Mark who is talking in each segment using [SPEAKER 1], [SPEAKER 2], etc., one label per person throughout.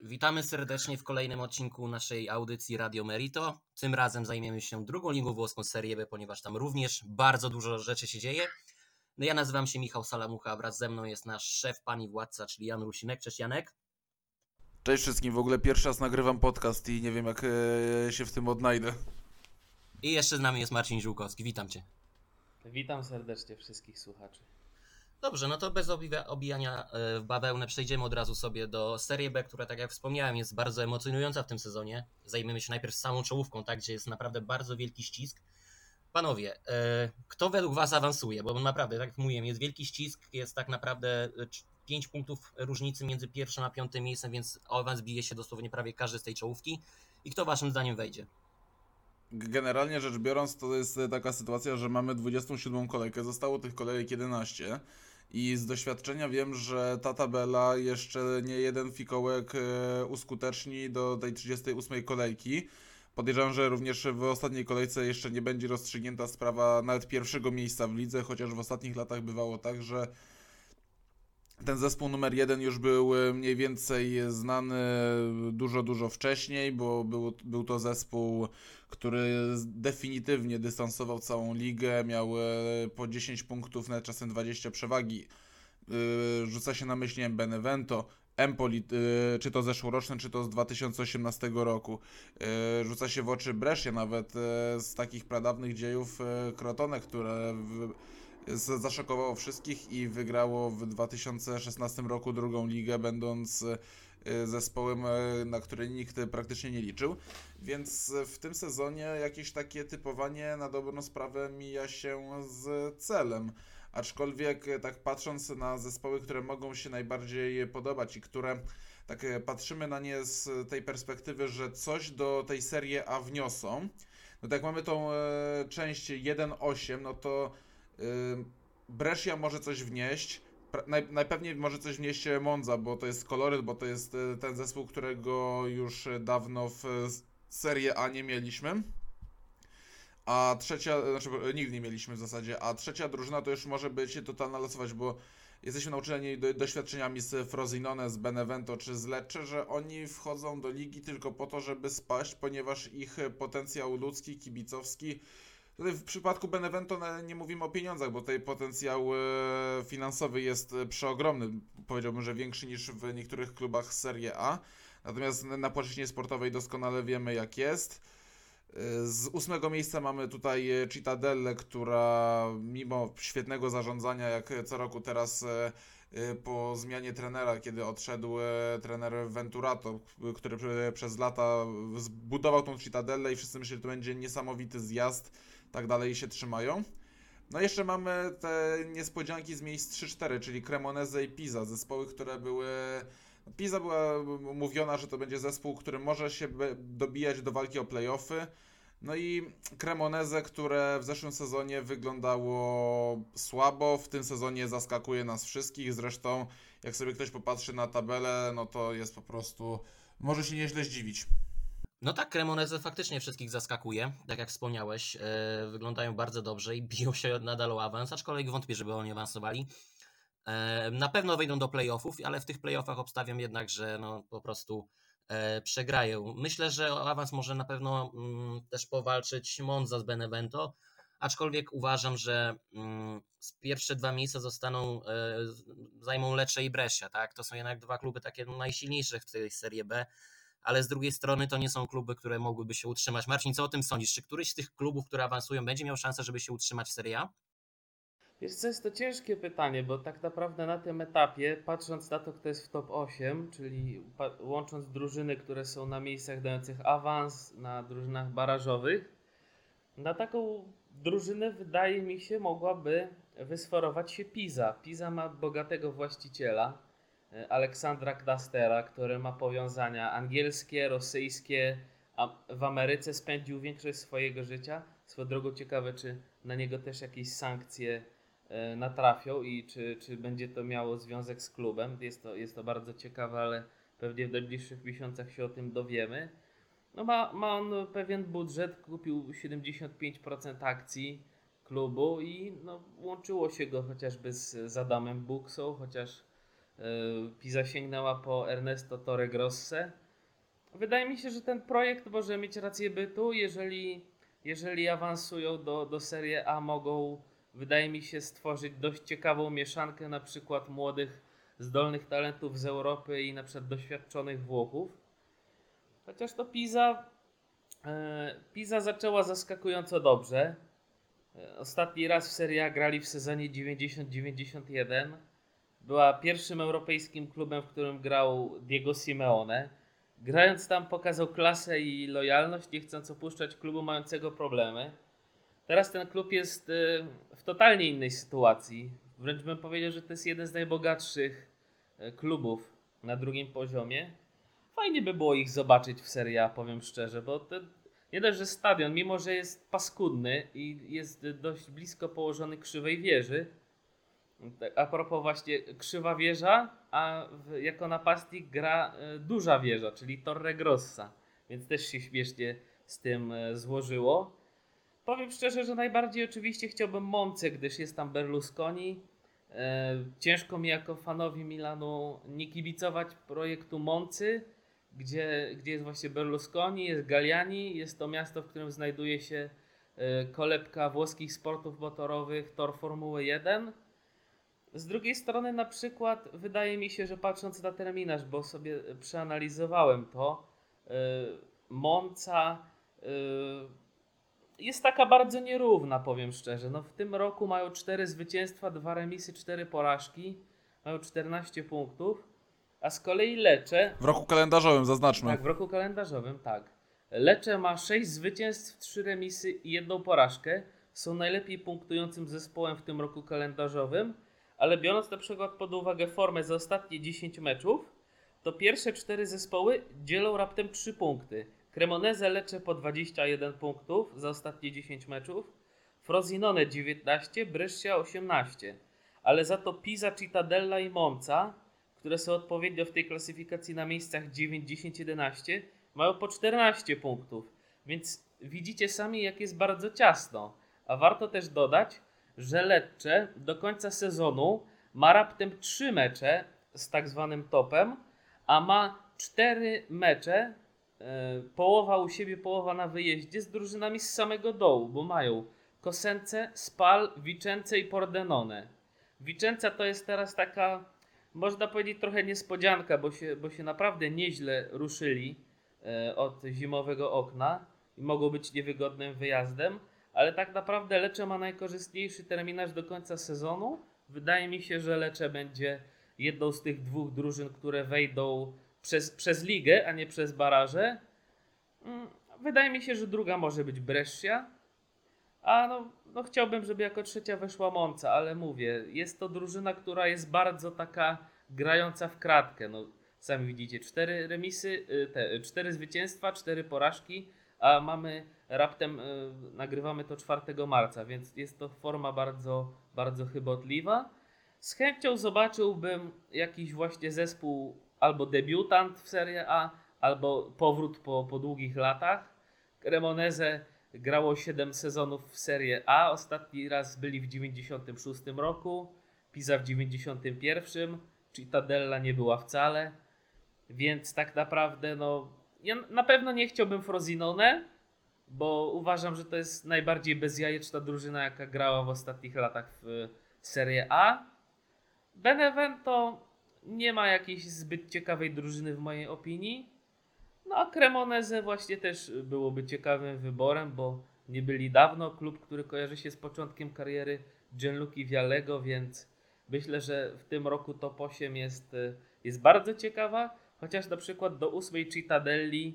[SPEAKER 1] Witamy serdecznie w kolejnym odcinku naszej audycji Radio Merito. Tym razem zajmiemy się drugą ligą włoską Serie B, ponieważ tam również bardzo dużo rzeczy się dzieje. No ja nazywam się Michał Salamucha, a wraz ze mną jest nasz szef, pan i władca, czyli Jan Rusinek. Cześć Janek.
[SPEAKER 2] Cześć wszystkim, w ogóle pierwszy raz nagrywam podcast i nie wiem jak się w tym odnajdę.
[SPEAKER 1] I jeszcze z nami jest Marcin Ziółkowski. Witam cię.
[SPEAKER 3] Witam serdecznie wszystkich słuchaczy.
[SPEAKER 1] Dobrze, no to bez obijania w bawełnę przejdziemy od razu sobie do Serie B, która, tak jak wspomniałem, jest bardzo emocjonująca w tym sezonie. Zajmiemy się najpierw samą czołówką, tak, gdzie jest naprawdę bardzo wielki ścisk. Panowie, kto według was awansuje? Bo naprawdę, tak jak mówiłem, jest wielki ścisk, jest tak naprawdę 5 punktów różnicy między pierwszym a piątym miejscem, więc o awans bije się dosłownie prawie każdy z tej czołówki. I kto waszym zdaniem wejdzie?
[SPEAKER 2] Generalnie rzecz biorąc, to jest taka sytuacja, że mamy 27 kolejkę, zostało tych kolejek 11 i z doświadczenia wiem, że ta tabela jeszcze nie jeden fikołek uskuteczni do tej 38 kolejki. Podejrzewam, że również w ostatniej kolejce jeszcze nie będzie rozstrzygnięta sprawa nawet pierwszego miejsca w lidze, chociaż w ostatnich latach bywało tak, że ten zespół numer 1 już był mniej więcej znany dużo wcześniej, bo był to zespół, który definitywnie dystansował całą ligę, miał po 10 punktów, nawet czasem 20 przewagi. Rzuca się na myśl, nie wiem, Benevento, Empoli, czy to zeszłoroczne, czy to z 2018 roku. Rzuca się w oczy Brescia, nawet z takich pradawnych dziejów Crotone, które zaszokowało wszystkich i wygrało w 2016 roku drugą ligę, będąc zespołem, na który nikt praktycznie nie liczył. Więc w tym sezonie jakieś takie typowanie na dobrą sprawę mija się z celem. Aczkolwiek tak patrząc na zespoły, które mogą się najbardziej podobać i które tak patrzymy na nie z tej perspektywy, że coś do tej Serie A wniosą, no tak jak mamy tą część 1-8, no to Brescia może coś wnieść. Najpewniej może coś wnieść Monza, bo to jest koloryt, bo to jest ten zespół, którego już dawno w Serie A nie mieliśmy. A trzecia, znaczy nigdy nie mieliśmy w zasadzie, a trzecia drużyna to już może być totalna losowość, bo jesteśmy nauczeni doświadczeniami z Frosinone, z Benevento czy z Lecce, że oni wchodzą do ligi tylko po to, żeby spaść, ponieważ ich potencjał ludzki, kibicowski. Tutaj w przypadku Benevento nie mówimy o pieniądzach, bo tutaj potencjał finansowy jest przeogromny. Powiedziałbym, że większy niż w niektórych klubach Serie A. Natomiast na płaszczyźnie sportowej doskonale wiemy jak jest. Z 8 miejsca mamy tutaj Cittadellę, która mimo świetnego zarządzania, jak co roku teraz po zmianie trenera, kiedy odszedł trener Venturato, który przez lata zbudował tą Cittadellę i wszyscy myśleli, że to będzie niesamowity zjazd, tak dalej się trzymają. No i jeszcze mamy te niespodzianki z miejsc 3-4, czyli Cremonese i Pisa, zespoły, które były... Pisa była mówiona, że to będzie zespół, który może się dobijać do walki o play-offy. No i Cremonese, które w zeszłym sezonie wyglądało słabo, w tym sezonie zaskakuje nas wszystkich. Zresztą jak sobie ktoś popatrzy na tabelę, no to jest po prostu... może się nieźle zdziwić.
[SPEAKER 1] No tak, Cremonese faktycznie wszystkich zaskakuje, tak jak wspomniałeś, wyglądają bardzo dobrze i biją się nadal o awans, aczkolwiek wątpię, żeby oni awansowali. Na pewno wejdą do playoffów, ale w tych playoffach obstawiam jednak, że no po prostu przegrają. Myślę, że o awans może na pewno też powalczyć Monza z Benevento, aczkolwiek uważam, że z pierwsze 2 miejsca zajmą Lecce i Brescia, tak? To są jednak 2 kluby takie najsilniejsze w tej Serie B, ale z drugiej strony to nie są kluby, które mogłyby się utrzymać. Marcin, co o tym sądzisz? Czy któryś z tych klubów, które awansują, będzie miał szansę, żeby się utrzymać w Serie A?
[SPEAKER 3] Wiesz co, jest to ciężkie pytanie, bo tak naprawdę na tym etapie, patrząc na to, kto jest w top 8, czyli łącząc drużyny, które są na miejscach dających awans, na drużynach barażowych, na taką drużynę wydaje mi się mogłaby wysforować się Pisa. Pisa ma bogatego właściciela, Aleksandra Knastera, który ma powiązania angielskie, rosyjskie, a w Ameryce spędził większość swojego życia. Swoją drogą ciekawe, czy na niego też jakieś sankcje natrafią i czy będzie to miało związek z klubem. Jest to bardzo ciekawe, ale pewnie w najbliższych miesiącach się o tym dowiemy. No ma on pewien budżet, kupił 75% akcji klubu i no, łączyło się go chociażby z Adamem Buksą, chociaż Pisa sięgnęła po Ernesto Torregrosse. Wydaje mi się, że ten projekt może mieć rację bytu, jeżeli awansują do Serie A, mogą, wydaje mi się, stworzyć dość ciekawą mieszankę na przykład młodych, zdolnych talentów z Europy i na przykład doświadczonych Włochów. Chociaż to Pisa zaczęła zaskakująco dobrze. Ostatni raz w Serie A grali w sezonie 90-91. Była pierwszym europejskim klubem, w którym grał Diego Simeone. Grając tam pokazał klasę i lojalność, nie chcąc opuszczać klubu mającego problemy. Teraz ten klub jest w totalnie innej sytuacji. Wręcz bym powiedział, że to jest jeden z najbogatszych klubów na drugim poziomie. Fajnie by było ich zobaczyć w Serie A, powiem szczerze, bo nie dość, że stadion, mimo że jest paskudny i jest dość blisko położony krzywej wieży. A propos właśnie krzywa wieża, a jako napastnik gra duża wieża, czyli Torregrossa, więc też się śmiesznie z tym złożyło. Powiem szczerze, że najbardziej oczywiście chciałbym Monce, gdyż jest tam Berlusconi. Ciężko mi jako fanowi Milanu nie kibicować projektu Moncy, gdzie jest właśnie Berlusconi, jest Galliani, jest to miasto, w którym znajduje się kolebka włoskich sportów motorowych Tor Formuły 1. Z drugiej strony na przykład wydaje mi się, że patrząc na terminarz, bo sobie przeanalizowałem to, Monza jest taka bardzo nierówna, powiem szczerze. No w tym roku mają 4 zwycięstwa, 2 remisy, 4 porażki, mają 14 punktów, a z kolei Lecce,
[SPEAKER 2] W roku kalendarzowym, zaznaczmy.
[SPEAKER 3] tak, w roku kalendarzowym, tak. Lecce ma 6 zwycięstw, 3 remisy i 1 porażkę. Są najlepiej punktującym zespołem w tym roku kalendarzowym, ale biorąc na przykład pod uwagę formę za ostatnie 10 meczów, to pierwsze 4 zespoły dzielą raptem 3 punkty. Cremonese, Lecce po 21 punktów za ostatnie 10 meczów, Frosinone 19, Brescia 18. Ale za to Pisa, Cittadella i Monza, które są odpowiednio w tej klasyfikacji na miejscach 9, 10, 11, mają po 14 punktów. Więc widzicie sami, jak jest bardzo ciasno. A warto też dodać, że Lecce do końca sezonu ma raptem 3 mecze z tak zwanym topem, a ma 4 mecze, połowa u siebie, połowa na wyjeździe, z drużynami z samego dołu, bo mają Cosenza, Spal, Vicenza i Pordenone. Vicenza to jest teraz taka, można powiedzieć, trochę niespodzianka, bo się naprawdę nieźle ruszyli od zimowego okna i mogą być niewygodnym wyjazdem, ale tak naprawdę Lecce ma najkorzystniejszy terminarz do końca sezonu. Wydaje mi się, że Lecce będzie jedną z tych 2 drużyn, które wejdą przez ligę, a nie przez baraże. Wydaje mi się, że druga może być Brescia, a no chciałbym, żeby jako trzecia weszła Monza, ale mówię, jest to drużyna, która jest bardzo taka grająca w kratkę. No, sami widzicie, 4 remisy, 4 zwycięstwa, 4 porażki, a mamy raptem, nagrywamy to 4 marca, więc jest to forma bardzo, bardzo chybotliwa. Z chęcią zobaczyłbym jakiś właśnie zespół albo debiutant w Serie A, albo powrót po długich latach. Cremonese grało 7 sezonów w Serie A, ostatni raz byli w 96 roku, Pisa w 91, Cittadella nie była wcale, więc tak naprawdę ja na pewno nie chciałbym Frosinone, bo uważam, że to jest najbardziej bezjajeczna drużyna, jaka grała w ostatnich latach w Serie A. Benevento nie ma jakiejś zbyt ciekawej drużyny w mojej opinii. No a Cremonese właśnie też byłoby ciekawym wyborem, bo nie byli dawno. Klub, który kojarzy się z początkiem kariery Gianluigi Viallego, więc myślę, że w tym roku top 8 jest bardzo ciekawa. Chociaż na przykład do 8 Cittadelli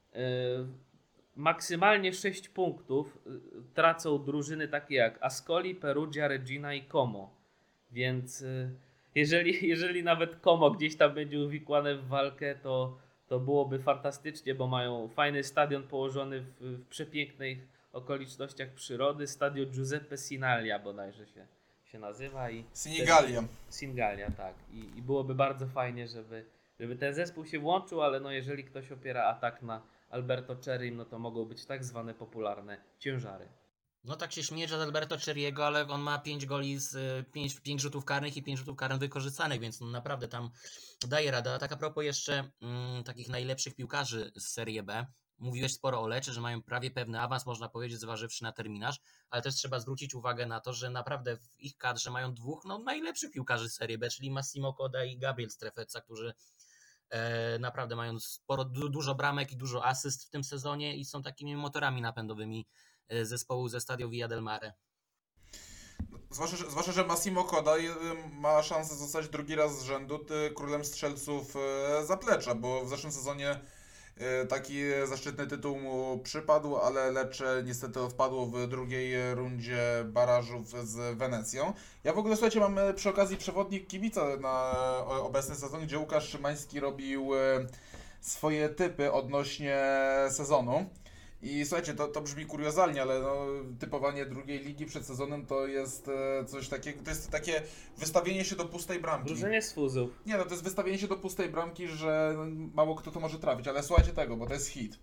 [SPEAKER 3] maksymalnie 6 punktów tracą drużyny takie jak Ascoli, Perugia, Regina i Como. Więc jeżeli nawet Como gdzieś tam będzie uwikłane w walkę, to byłoby fantastycznie, bo mają fajny stadion położony w przepięknych okolicznościach przyrody. Stadion Giuseppe Sinaglia bodajże się nazywa.
[SPEAKER 2] Sinigalia.
[SPEAKER 3] Singalia, tak. I byłoby bardzo fajnie, żeby ten zespół się włączył, ale jeżeli ktoś opiera atak na Alberto Cerim, to mogą być tak zwane popularne ciężary.
[SPEAKER 1] No tak się śmieje z Alberto Czeriego, ale on ma 5 goli z 5 rzutów karnych i 5 rzutów karnych wykorzystanych, więc no naprawdę tam daje radę. A tak a propos jeszcze takich najlepszych piłkarzy z Serie B. Mówiłeś sporo o Lecce, że mają prawie pewny awans, można powiedzieć, zważywszy na terminarz, ale też trzeba zwrócić uwagę na to, że naprawdę w ich kadrze mają dwóch najlepszych piłkarzy z Serie B, czyli Massimo Coda i Gabriel Strefezza, którzy naprawdę mają sporo, dużo bramek i dużo asyst w tym sezonie i są takimi motorami napędowymi zespołu ze Stadio Villa del Mare.
[SPEAKER 2] Zwłaszcza, że Massimo Coda ma szansę zostać drugi raz z rzędu królem strzelców Zaplecza, bo w zeszłym sezonie taki zaszczytny tytuł mu przypadł, ale Lecce niestety odpadło w drugiej rundzie barażów z Wenecją. Ja w ogóle, słuchajcie, mam przy okazji przewodnik kibica na obecny sezon, gdzie Łukasz Szymański robił swoje typy odnośnie sezonu. I słuchajcie, to brzmi kuriozalnie, ale no, typowanie drugiej ligi przed sezonem to jest coś takiego, to jest takie wystawienie się do pustej bramki.
[SPEAKER 3] Wróżenie z fuzów.
[SPEAKER 2] Nie no, to jest wystawienie się do pustej bramki, że mało kto to może trafić, ale słuchajcie tego, bo to jest hit.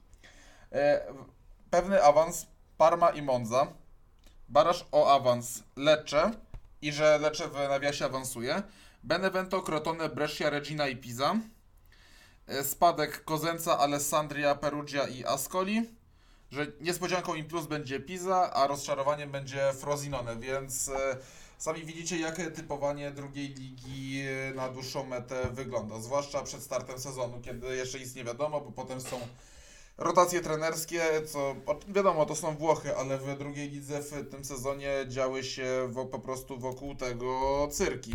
[SPEAKER 2] Pewny awans Parma i Monza, baraż o awans Lecce i że Lecce w nawiasie awansuje, Benevento, Crotone, Brescia, Regina i Pisa, spadek Cosenza, Alessandria, Perugia i Ascoli, że niespodzianką im plus będzie Pisa, a rozczarowaniem będzie Frosinone, więc sami widzicie, jak typowanie drugiej ligi na dłuższą metę wygląda, zwłaszcza przed startem sezonu, kiedy jeszcze nic nie wiadomo, bo potem są rotacje trenerskie, co wiadomo, to są Włochy, ale w drugiej lidze w tym sezonie działy się po prostu wokół tego cyrki.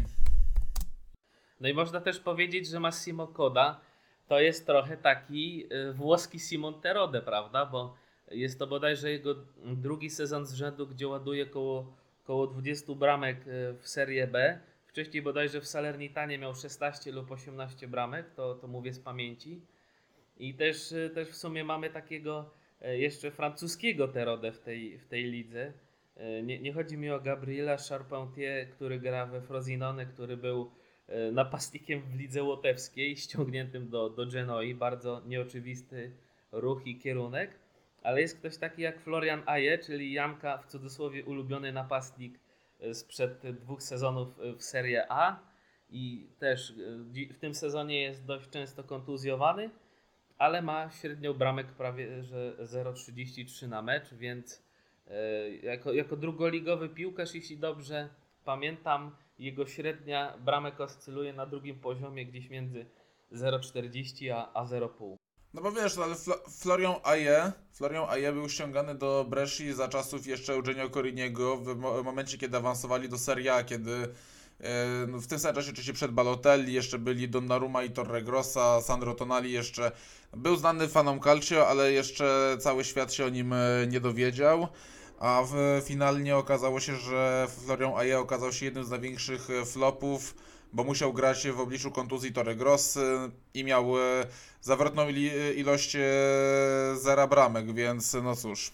[SPEAKER 3] No i można też powiedzieć, że Massimo Coda to jest trochę taki włoski Simon Terode, prawda? Bo jest to bodajże jego drugi sezon z rzędu, gdzie ładuje koło 20 bramek w Serie B. Wcześniej bodajże w Salernitanie miał 16 lub 18 bramek, to mówię z pamięci. I też w sumie mamy takiego jeszcze francuskiego Terode w tej lidze. Nie chodzi mi o Gabriela Charpentier, który gra we Frosinone, który był napastnikiem w lidze łotewskiej, ściągniętym do Genoi. Bardzo nieoczywisty ruch i kierunek. Ale jest ktoś taki jak Florian Aje, czyli Janka w cudzysłowie ulubiony napastnik sprzed 2 sezonów w Serie A. I też w tym sezonie jest dość często kontuzjowany, ale ma średnią bramek prawie że 0,33 na mecz, więc jako drugoligowy piłkarz, jeśli dobrze pamiętam, jego średnia bramek oscyluje na drugim poziomie gdzieś między 0,40 a 0,5.
[SPEAKER 2] No bo wiesz, ale Florian Aje był ściągany do Bresci za czasów jeszcze Eugenio Coriniego w momencie, kiedy awansowali do Serie A, kiedy w tym samym czasie oczywiście przed Balotelli jeszcze byli Donnarumma i Torregrossa, Sandro Tonali jeszcze był znany fanom Calcio, ale jeszcze cały świat się o nim nie dowiedział, a finalnie okazało się, że Florian Aje okazał się jednym z największych flopów, bo musiał grać w obliczu kontuzji Torregrossy i miał zawrotną ilość 0 bramek, więc no cóż.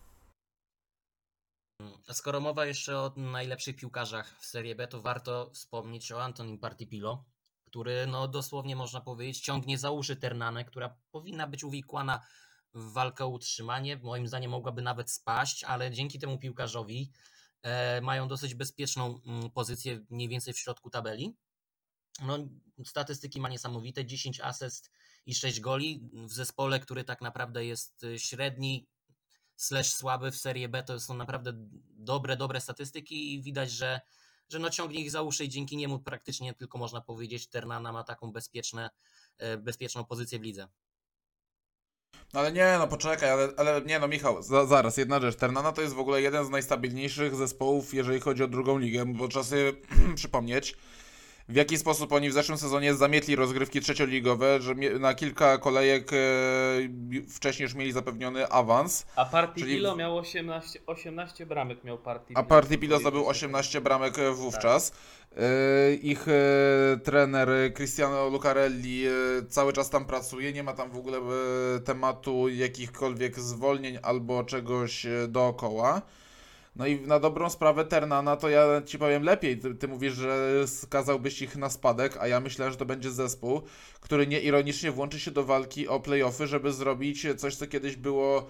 [SPEAKER 1] A skoro mowa jeszcze o najlepszych piłkarzach w Serie B, to warto wspomnieć o Antonim Partipilo, który no dosłownie można powiedzieć ciągnie za uszy Ternanę, która powinna być uwikłana w walkę o utrzymanie. Moim zdaniem mogłaby nawet spaść, ale dzięki temu piłkarzowi mają dosyć bezpieczną pozycję mniej więcej w środku tabeli. No, statystyki ma niesamowite, 10 asyst i 6 goli w zespole, który tak naprawdę jest średni / słaby w Serie B. To są naprawdę dobre statystyki i widać, że no ciągnie ich za uszy i dzięki niemu praktycznie tylko można powiedzieć, Ternana ma taką bezpieczną pozycję w lidze.
[SPEAKER 2] No ale nie, no poczekaj, ale nie no Michał, zaraz, jedna rzecz. Ternana to jest w ogóle jeden z najstabilniejszych zespołów, jeżeli chodzi o drugą ligę, bo trzeba sobie przypomnieć, w jaki sposób oni w zeszłym sezonie zamietli rozgrywki trzecioligowe, że na kilka kolejek wcześniej już mieli zapewniony awans.
[SPEAKER 3] A Partipilo miał 18 bramek miał Partipilo.
[SPEAKER 2] A Partipilo zdobył 18 bramek wówczas. Tak. Ich trener Cristiano Lucarelli cały czas tam pracuje, nie ma tam w ogóle tematu jakichkolwiek zwolnień albo czegoś dookoła. No i na dobrą sprawę Ternana to ja ci powiem lepiej. Ty mówisz, że skazałbyś ich na spadek, a ja myślę, że to będzie zespół, który nieironicznie włączy się do walki o play-offy, żeby zrobić coś, co kiedyś było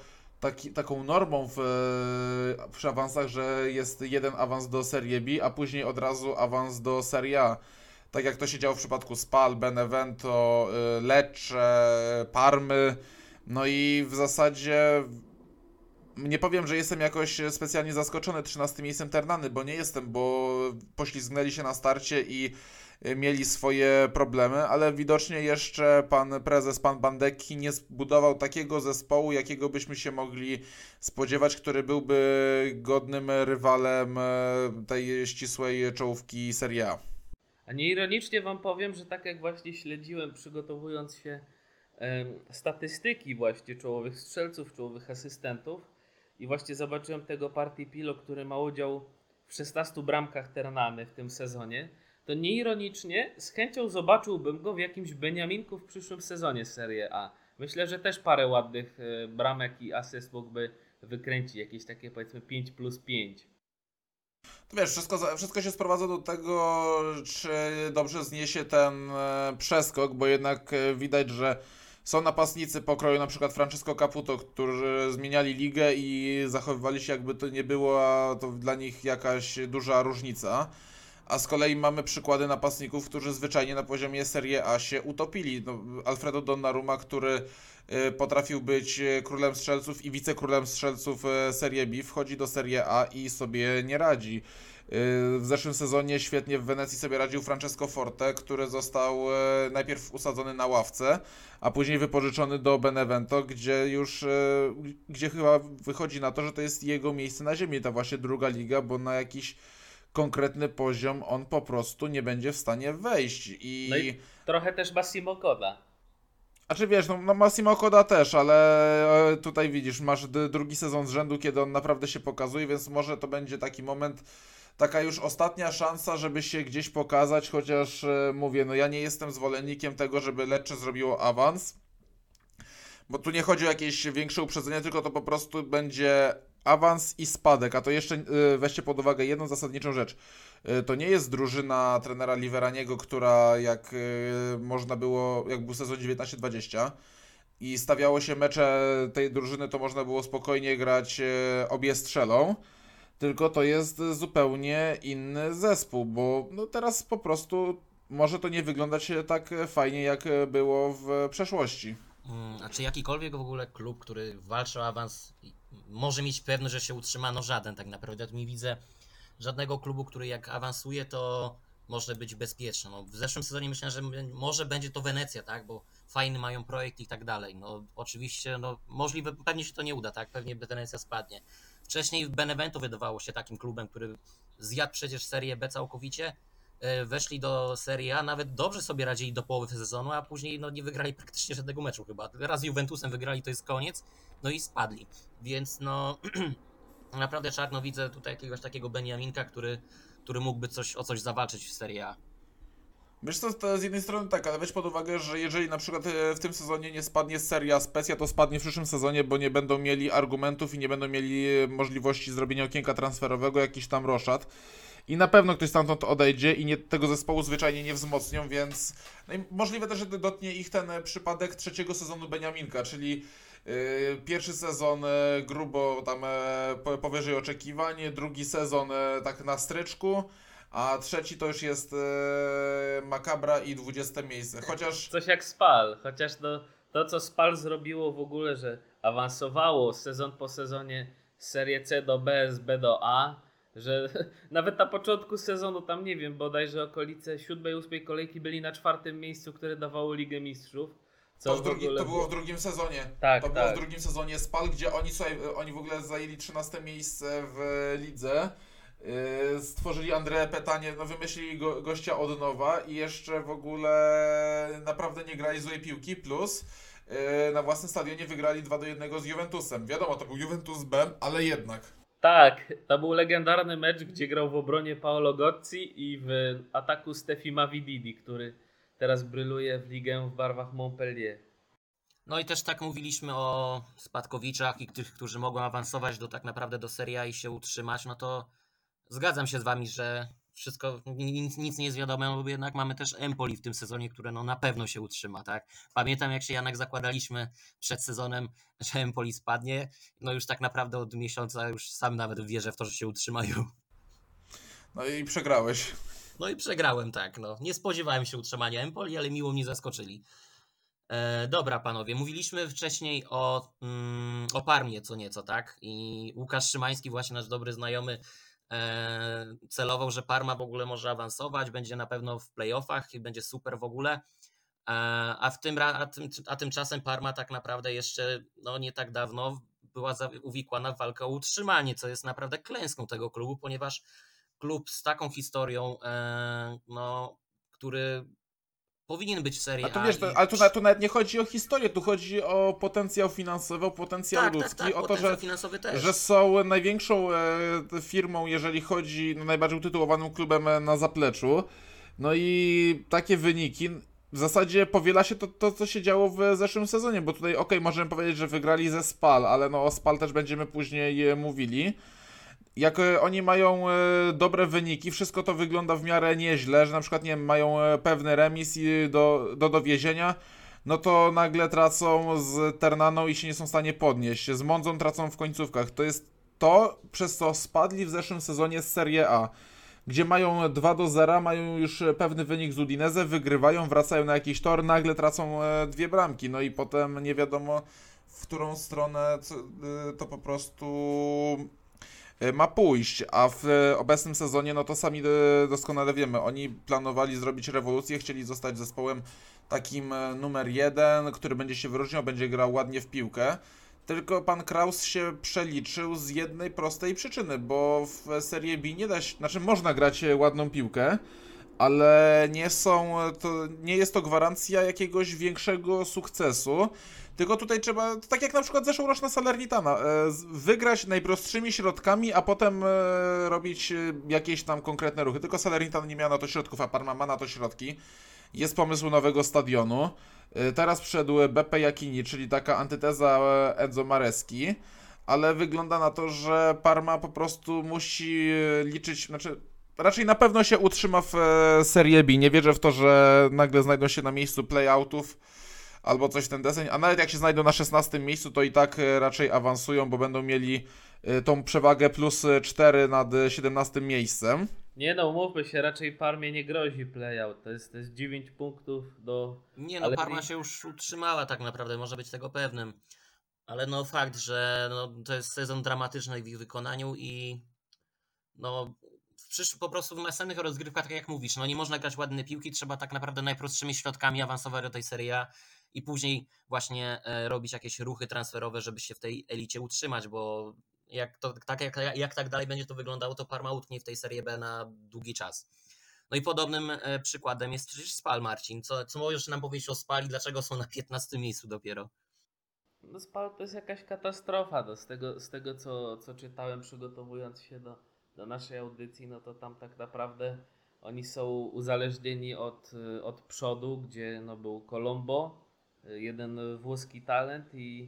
[SPEAKER 2] taką normą przy awansach, że jest jeden awans do Serie B, a później od razu awans do Serie A. Tak jak to się działo w przypadku Spal, Benevento, Lecce, Parmy. No i w zasadzie nie powiem, że jestem jakoś specjalnie zaskoczony 13 miejscem Ternany, bo nie jestem, bo poślizgnęli się na starcie i mieli swoje problemy, ale widocznie jeszcze pan prezes, pan Bandecki nie zbudował takiego zespołu, jakiego byśmy się mogli spodziewać, który byłby godnym rywalem tej ścisłej czołówki Serie A.
[SPEAKER 3] A nieironicznie wam powiem, że tak jak właśnie śledziłem, przygotowując się statystyki właśnie czołowych strzelców, czołowych asystentów i właśnie zobaczyłem tego Parti Pilo, który ma udział w 16 bramkach Ternany w tym sezonie, to nieironicznie z chęcią zobaczyłbym go w jakimś Beniaminku w przyszłym sezonie Serie A. Myślę, że też parę ładnych bramek i asyst mógłby wykręcić, jakieś takie powiedzmy 5+5.
[SPEAKER 2] To wiesz, wszystko się sprowadza do tego, czy dobrze zniesie ten przeskok, bo jednak widać, że są napastnicy pokroju na przykład Francesco Caputo, którzy zmieniali ligę i zachowywali się jakby to nie była to dla nich jakaś duża różnica. A z kolei mamy przykłady napastników, którzy zwyczajnie na poziomie Serie A się utopili. No, Alfredo Donnarumma, który potrafił być królem strzelców i wicekrólem strzelców Serie B, wchodzi do Serie A i sobie nie radzi. W zeszłym sezonie świetnie w Wenecji sobie radził Francesco Forte, który został najpierw usadzony na ławce, a później wypożyczony do Benevento, gdzie chyba wychodzi na to, że to jest jego miejsce na ziemi, ta właśnie druga liga, bo na jakiś konkretny poziom on po prostu nie będzie w stanie wejść.
[SPEAKER 3] No i trochę też Massimo Coda.
[SPEAKER 2] A czy wiesz, no Massimo Coda też, ale tutaj widzisz, masz drugi sezon z rzędu, kiedy on naprawdę się pokazuje, więc może to będzie taki moment, taka już ostatnia szansa, żeby się gdzieś pokazać, chociaż mówię, no ja nie jestem zwolennikiem tego, żeby Lecce zrobiło awans, bo tu nie chodzi o jakieś większe uprzedzenie, tylko to po prostu będzie awans i spadek, a to jeszcze weźcie pod uwagę jedną zasadniczą rzecz. To nie jest drużyna trenera Liveraniego, która jak można było, jak był sezon 19-20 i stawiało się mecze tej drużyny, to można było spokojnie grać obie strzelą, tylko to jest zupełnie inny zespół, bo no teraz po prostu może to nie wyglądać tak fajnie, jak było w przeszłości.
[SPEAKER 1] A czy jakikolwiek w ogóle klub, który walczy o awans, może mieć pewność, że się utrzyma? No żaden tak naprawdę. Tu nie widzę żadnego klubu, który jak awansuje, to może być bezpieczny. No, w zeszłym sezonie myślałem, że może będzie to Wenecja, tak, bo fajny mają projekt i tak dalej. No oczywiście, no możliwe, pewnie się to nie uda, tak, pewnie Wenecja spadnie. Wcześniej Benevento wydawało się takim klubem, który zjadł przecież Serię B całkowicie. Weszli do Serie A, nawet dobrze sobie radzili do połowy sezonu, a później no, nie wygrali praktycznie żadnego meczu chyba. Raz z Juventusem wygrali, to jest koniec, no i spadli. Więc no naprawdę czarno widzę tutaj jakiegoś takiego Beniaminka, który mógłby o coś zawalczyć w Serie A.
[SPEAKER 2] Wiesz co, to z jednej strony tak, ale weź pod uwagę, że jeżeli na przykład w tym sezonie nie spadnie Serie A Specja, to spadnie w przyszłym sezonie, bo nie będą mieli argumentów i nie będą mieli możliwości zrobienia okienka transferowego, jakiś tam roszad. I na pewno ktoś stamtąd odejdzie i tego zespołu zwyczajnie nie wzmocnią, więc no i możliwe też, że dotknie ich ten przypadek trzeciego sezonu Beniaminka, czyli pierwszy sezon grubo tam powyżej oczekiwań, drugi sezon tak na stryczku, a trzeci to już jest makabra i 20 miejsce. Chociaż
[SPEAKER 3] Coś jak Spal, chociaż to co Spal zrobiło w ogóle, że awansowało sezon po sezonie z Serie C do B, z B do A, że nawet na początku sezonu tam nie wiem, bodajże okolice 7-8 kolejki byli na 4. miejscu, które dawało Ligę Mistrzów. Co
[SPEAKER 2] to było w drugim sezonie.
[SPEAKER 3] Tak,
[SPEAKER 2] to
[SPEAKER 3] tak.
[SPEAKER 2] było w drugim sezonie Spal, gdzie oni w ogóle zajęli 13 miejsce w lidze. Stworzyli Andrea Petanie, no wymyślili gościa od nowa i jeszcze w ogóle naprawdę nie grali złej piłki, plus na własnym stadionie wygrali 2-1 z Juventusem. Wiadomo, to był Juventus B, ale jednak.
[SPEAKER 3] Tak, to był legendarny mecz, gdzie grał w obronie Paolo Gozzi i w ataku Stefi Mavididi, który teraz bryluje w ligę w barwach Montpellier.
[SPEAKER 1] No i też tak mówiliśmy o spadkowiczach i tych, którzy mogą awansować tak naprawdę do Serie A i się utrzymać, no to zgadzam się z wami, że wszystko, nic nie jest wiadomo, bo jednak mamy też Empoli w tym sezonie, które no na pewno się utrzyma, tak? Pamiętam, jak się, Janek, zakładaliśmy przed sezonem, że Empoli spadnie, no już tak naprawdę od miesiąca już sam nawet wierzę w to, że się utrzymają.
[SPEAKER 2] No i przegrałeś.
[SPEAKER 1] No i przegrałem, tak, no. Nie spodziewałem się utrzymania Empoli, ale miło mnie zaskoczyli. Dobra, panowie, mówiliśmy wcześniej o Parmie co nieco, tak? I Łukasz Szymański, właśnie nasz dobry znajomy, celował, że Parma w ogóle może awansować, będzie na pewno w playoffach i będzie super w ogóle. A tymczasem Parma tak naprawdę jeszcze no, nie tak dawno była uwikłana w walkę o utrzymanie, co jest naprawdę klęską tego klubu, ponieważ klub z taką historią, no, który powinien być w Serie
[SPEAKER 2] A tu
[SPEAKER 1] A.
[SPEAKER 2] wiesz, ale tu nawet nie chodzi o historię, tu chodzi o potencjał finansowy, o potencjał ludzki,
[SPEAKER 1] tak,
[SPEAKER 2] o to,
[SPEAKER 1] potencjał finansowy też.
[SPEAKER 2] że są największą firmą, jeżeli chodzi, no, najbardziej utytułowanym klubem na zapleczu. No i takie wyniki w zasadzie powiela się to, co się działo w zeszłym sezonie, bo tutaj możemy powiedzieć, że wygrali ze Spal, ale no o Spal też będziemy później mówili. Jak oni mają dobre wyniki, wszystko to wygląda w miarę nieźle, że na przykład, nie wiem, mają pewny remis i do dowiezienia, no to nagle tracą z Ternaną i się nie są w stanie podnieść. Z Monzą tracą w końcówkach. To jest to, przez co spadli w zeszłym sezonie z Serie A, gdzie mają 2-0, mają już pewny wynik z Udinese, wygrywają, wracają na jakiś tor, nagle tracą 2 bramki, no i potem nie wiadomo, w którą stronę to po prostu ma pójść, a w obecnym sezonie, no to sami doskonale wiemy, oni planowali zrobić rewolucję, chcieli zostać zespołem takim numer 1, który będzie się wyróżniał, będzie grał ładnie w piłkę, tylko pan Kraus się przeliczył z jednej prostej przyczyny, bo w Serie B nie da się, znaczy można grać ładną piłkę, ale nie jest to gwarancja jakiegoś większego sukcesu. Tylko tutaj trzeba, tak jak na przykład zeszłoroczna Salernitana, wygrać najprostszymi środkami, a potem robić jakieś tam konkretne ruchy. Tylko Salernitana nie miała na to środków, a Parma ma na to środki. Jest pomysł nowego stadionu. Teraz wszedł Beppe Jacchini, czyli taka antyteza Enzo Mareschi, ale wygląda na to, że Parma po prostu musi liczyć, znaczy raczej na pewno się utrzyma w Serie B. Nie wierzę w to, że nagle znajdą się na miejscu playoutów albo coś w ten deseń, a nawet jak się znajdą na 16 miejscu, to i tak raczej awansują, bo będą mieli tą przewagę plus 4 nad 17 miejscem.
[SPEAKER 3] Nie no, umówmy się, raczej Parmie nie grozi playout, to jest 9 punktów do...
[SPEAKER 1] Nie no,
[SPEAKER 3] ale
[SPEAKER 1] Parma się już utrzymała tak naprawdę, można być tego pewnym. Ale no fakt, że no, to jest sezon dramatyczny w ich wykonaniu i no po prostu w następnych rozgrywkach, tak jak mówisz, no nie można grać ładne piłki, trzeba tak naprawdę najprostszymi środkami awansować do tej Serie A i później właśnie robić jakieś ruchy transferowe, żeby się w tej elicie utrzymać, bo jak tak dalej będzie to wyglądało, to Parma utknie w tej Serie B na długi czas. No i podobnym przykładem jest przecież Spal, Marcin. Co możesz nam powiedzieć o Spali, dlaczego są na 15 miejscu dopiero?
[SPEAKER 3] No Spal to jest jakaś katastrofa, no, z tego co czytałem przygotowując się do naszej audycji, no to tam tak naprawdę oni są uzależnieni od przodu, gdzie no był Colombo, jeden włoski talent i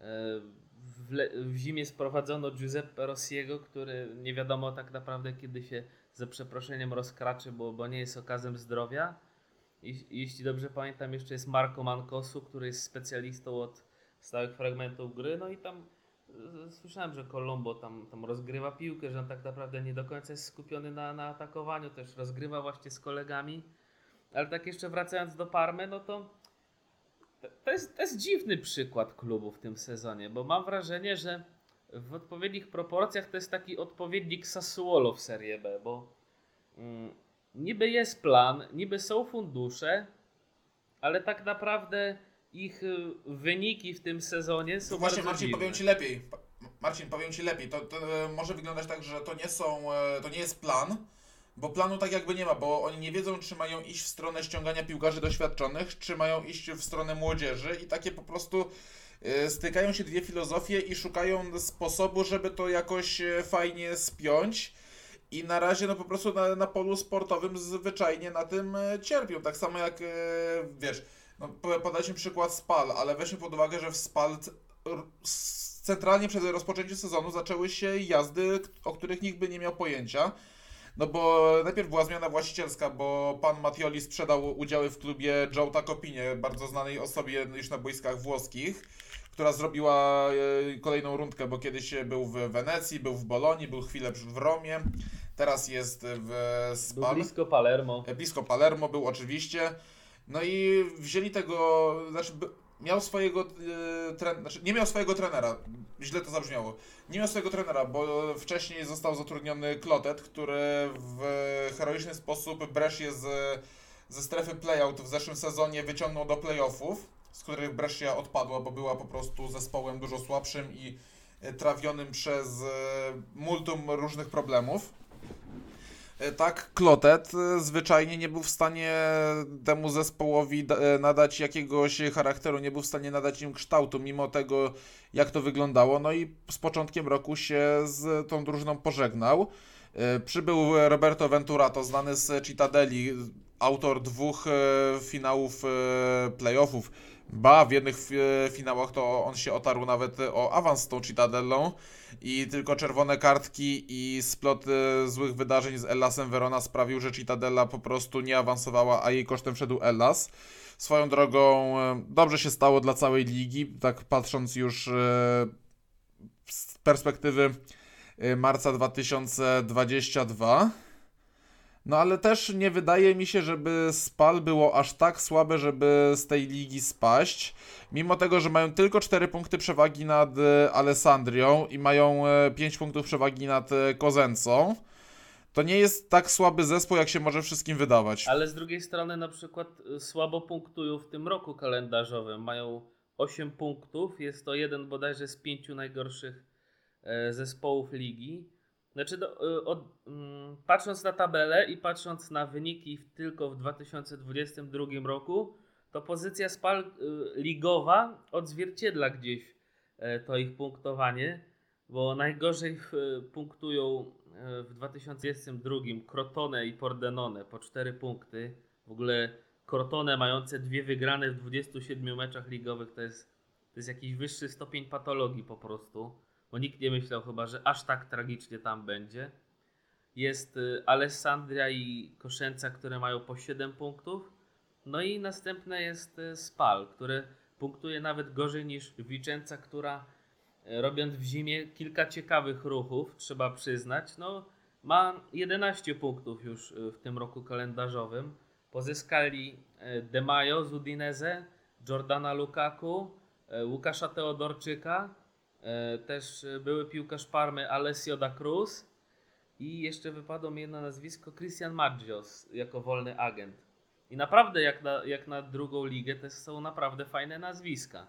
[SPEAKER 3] w zimie sprowadzono Giuseppe Rossiego, który nie wiadomo tak naprawdę kiedy się za przeproszeniem rozkraczy, bo nie jest okazem zdrowia. I jeśli dobrze pamiętam, jeszcze jest Marco Mancosu, który jest specjalistą od stałych fragmentów gry, no i tam słyszałem, że Colombo tam rozgrywa piłkę, że on tak naprawdę nie do końca jest skupiony na atakowaniu, też rozgrywa właśnie z kolegami. Ale tak jeszcze wracając do Parmy, no to jest dziwny przykład klubu w tym sezonie, bo mam wrażenie, że w odpowiednich proporcjach to jest taki odpowiednik Sassuolo w Serie B, bo niby jest plan, niby są fundusze, ale tak naprawdę ich wyniki w tym sezonie są
[SPEAKER 2] Właśnie,
[SPEAKER 3] bardzo
[SPEAKER 2] Marcin,
[SPEAKER 3] dziwne.
[SPEAKER 2] powiem Ci lepiej. To może wyglądać tak, że to nie jest plan, bo planu tak jakby nie ma, bo oni nie wiedzą, czy mają iść w stronę ściągania piłkarzy doświadczonych, czy mają iść w stronę młodzieży i takie po prostu stykają się dwie filozofie i szukają sposobu, żeby to jakoś fajnie spiąć. I na razie no po prostu na polu sportowym zwyczajnie na tym cierpią. Tak samo jak, wiesz, no podaliśmy przykład Spal, ale weźmy pod uwagę, że w Spal centralnie przed rozpoczęciem sezonu zaczęły się jazdy, o których nikt by nie miał pojęcia. No bo najpierw była zmiana właścicielska, bo pan Mattioli sprzedał udziały w klubie Joe Tacopinie, bardzo znanej osobie już na boiskach włoskich, która zrobiła kolejną rundkę, bo kiedyś był w Wenecji, był w Bolonii, był chwilę w Romie, teraz jest w
[SPEAKER 3] Był
[SPEAKER 2] Spal.
[SPEAKER 3] blisko Palermo.
[SPEAKER 2] Blisko Palermo był oczywiście. No i wzięli tego, miał swojego nie miał swojego trenera, źle to zabrzmiało. Nie miał swojego trenera, bo wcześniej został zatrudniony Clotet, który w heroiczny sposób Brescię ze strefy playout w zeszłym sezonie wyciągnął do playoffów, z których Brescia odpadła, bo była po prostu zespołem dużo słabszym i trawionym przez multum różnych problemów. Tak, Clotet zwyczajnie nie był w stanie temu zespołowi nadać jakiegoś charakteru, nie był w stanie nadać im kształtu, mimo tego, jak to wyglądało. No i z początkiem roku się z tą drużyną pożegnał. Przybył Roberto Venturato, znany z Cittadeli, autor 2 finałów playoffów. W jednych finałach to on się otarł nawet o awans z tą Cittadelą i tylko czerwone kartki i splot złych wydarzeń z Hellasem Verona sprawił, że Cittadella po prostu nie awansowała, a jej kosztem wszedł Hellas. Swoją drogą dobrze się stało dla całej ligi, tak patrząc już z perspektywy marca 2022. No ale też nie wydaje mi się, żeby Spal było aż tak słabe, żeby z tej ligi spaść. Mimo tego, że mają tylko 4 punkty przewagi nad Alessandrią i mają 5 punktów przewagi nad Cosenza, to nie jest tak słaby zespół, jak się może wszystkim wydawać.
[SPEAKER 3] Ale z drugiej strony na przykład słabo punktują w tym roku kalendarzowym. Mają 8 punktów, jest to jeden bodajże z 5 najgorszych zespołów ligi. Znaczy, patrząc na tabelę i patrząc na wyniki tylko w 2022 roku, to pozycja Spal ligowa odzwierciedla gdzieś to ich punktowanie, bo najgorzej punktują w 2022 Crotone i Pordenone po 4 punkty. W ogóle Crotone mające 2 wygrane w 27 meczach ligowych to jest jakiś wyższy stopień patologii po prostu. Bo nikt nie myślał chyba, że aż tak tragicznie tam będzie. Jest Alessandria i Cosenza, które mają po 7 punktów. No i następne jest Spal, który punktuje nawet gorzej niż Vicenza, która robiąc w zimie kilka ciekawych ruchów, trzeba przyznać, no ma 11 punktów już w tym roku kalendarzowym. Pozyskali De Maio z Udinese, Jordana Lukaku, Łukasza Teodorczyka, też były piłkarz Parmy Alessio da Cruz i jeszcze wypadło mi jedno nazwisko, Christian Maggios jako wolny agent. I naprawdę jak na drugą ligę to są naprawdę fajne nazwiska.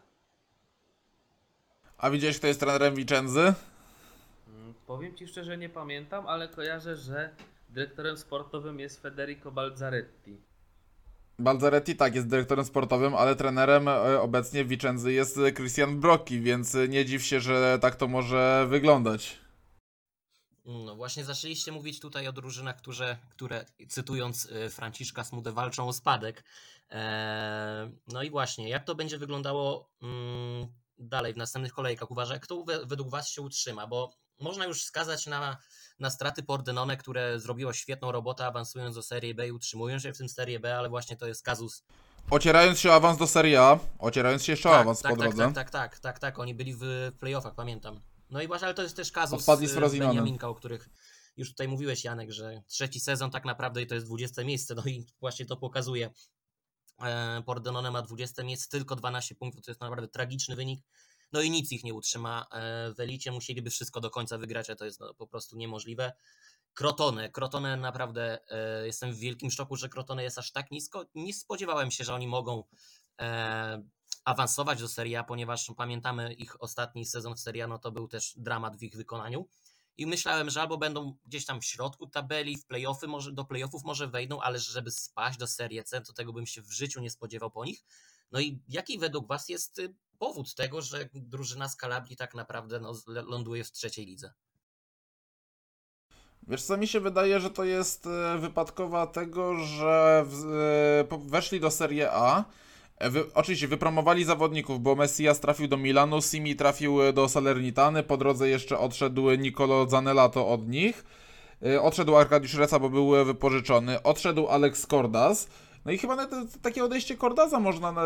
[SPEAKER 2] A widziałeś, kto jest trenerem Vicenzy?
[SPEAKER 3] Powiem Ci szczerze, nie pamiętam, ale kojarzę, że dyrektorem sportowym jest Federico Balzaretti.
[SPEAKER 2] Balzaretti tak, jest dyrektorem sportowym, ale trenerem obecnie w Vicenzy jest Christian Brocchi, więc nie dziw się, że tak to może wyglądać.
[SPEAKER 1] No właśnie zaczęliście mówić tutaj o drużynach, które cytując Franciszka Smudę, walczą o spadek. No i właśnie, jak to będzie wyglądało dalej w następnych kolejkach? Uważaj, kto według Was się utrzyma, bo można już wskazać na straty Pordenone, które zrobiło świetną robotę awansując do Serie B i utrzymują się w tym Serie B, ale właśnie to jest kazus.
[SPEAKER 2] Ocierając się o awans do Serie A, ocierając się jeszcze o awans po drodze.
[SPEAKER 1] Tak, oni byli w playoffach, pamiętam. No i właśnie, ale to jest też kazus
[SPEAKER 2] Odpadli z Frozinonem.
[SPEAKER 1] Beniaminka, o których już tutaj mówiłeś, Janek, że trzeci sezon tak naprawdę i to jest 20 miejsce, no i właśnie to pokazuje. Pordenone ma 20 miejsce, tylko 12 punktów, to jest naprawdę tragiczny wynik. No i nic ich nie utrzyma. W elicie musieliby wszystko do końca wygrać, a to jest po prostu niemożliwe. Crotone naprawdę, jestem w wielkim szoku, że Crotone jest aż tak nisko. Nie spodziewałem się, że oni mogą awansować do Serie A, ponieważ pamiętamy ich ostatni sezon w Serie A, no to był też dramat w ich wykonaniu. I myślałem, że albo będą gdzieś tam w środku tabeli, w playoffy, może do playoffów może wejdą, ale żeby spaść do Serie C, to tego bym się w życiu nie spodziewał po nich. No i jaki według Was jest powód tego, że drużyna z Kalabrii tak naprawdę ląduje w trzeciej lidze?
[SPEAKER 2] Wiesz co, mi się wydaje, że to jest wypadkowa tego, że weszli do Serie A. Oczywiście wypromowali zawodników, bo Messias trafił do Milanu, Simi trafił do Salernitany, po drodze jeszcze odszedł Nicolo Zanellato od nich. Odszedł Arkadiusz Reca, bo był wypożyczony. Odszedł Alex Cordas. No i chyba takie odejście Cordasa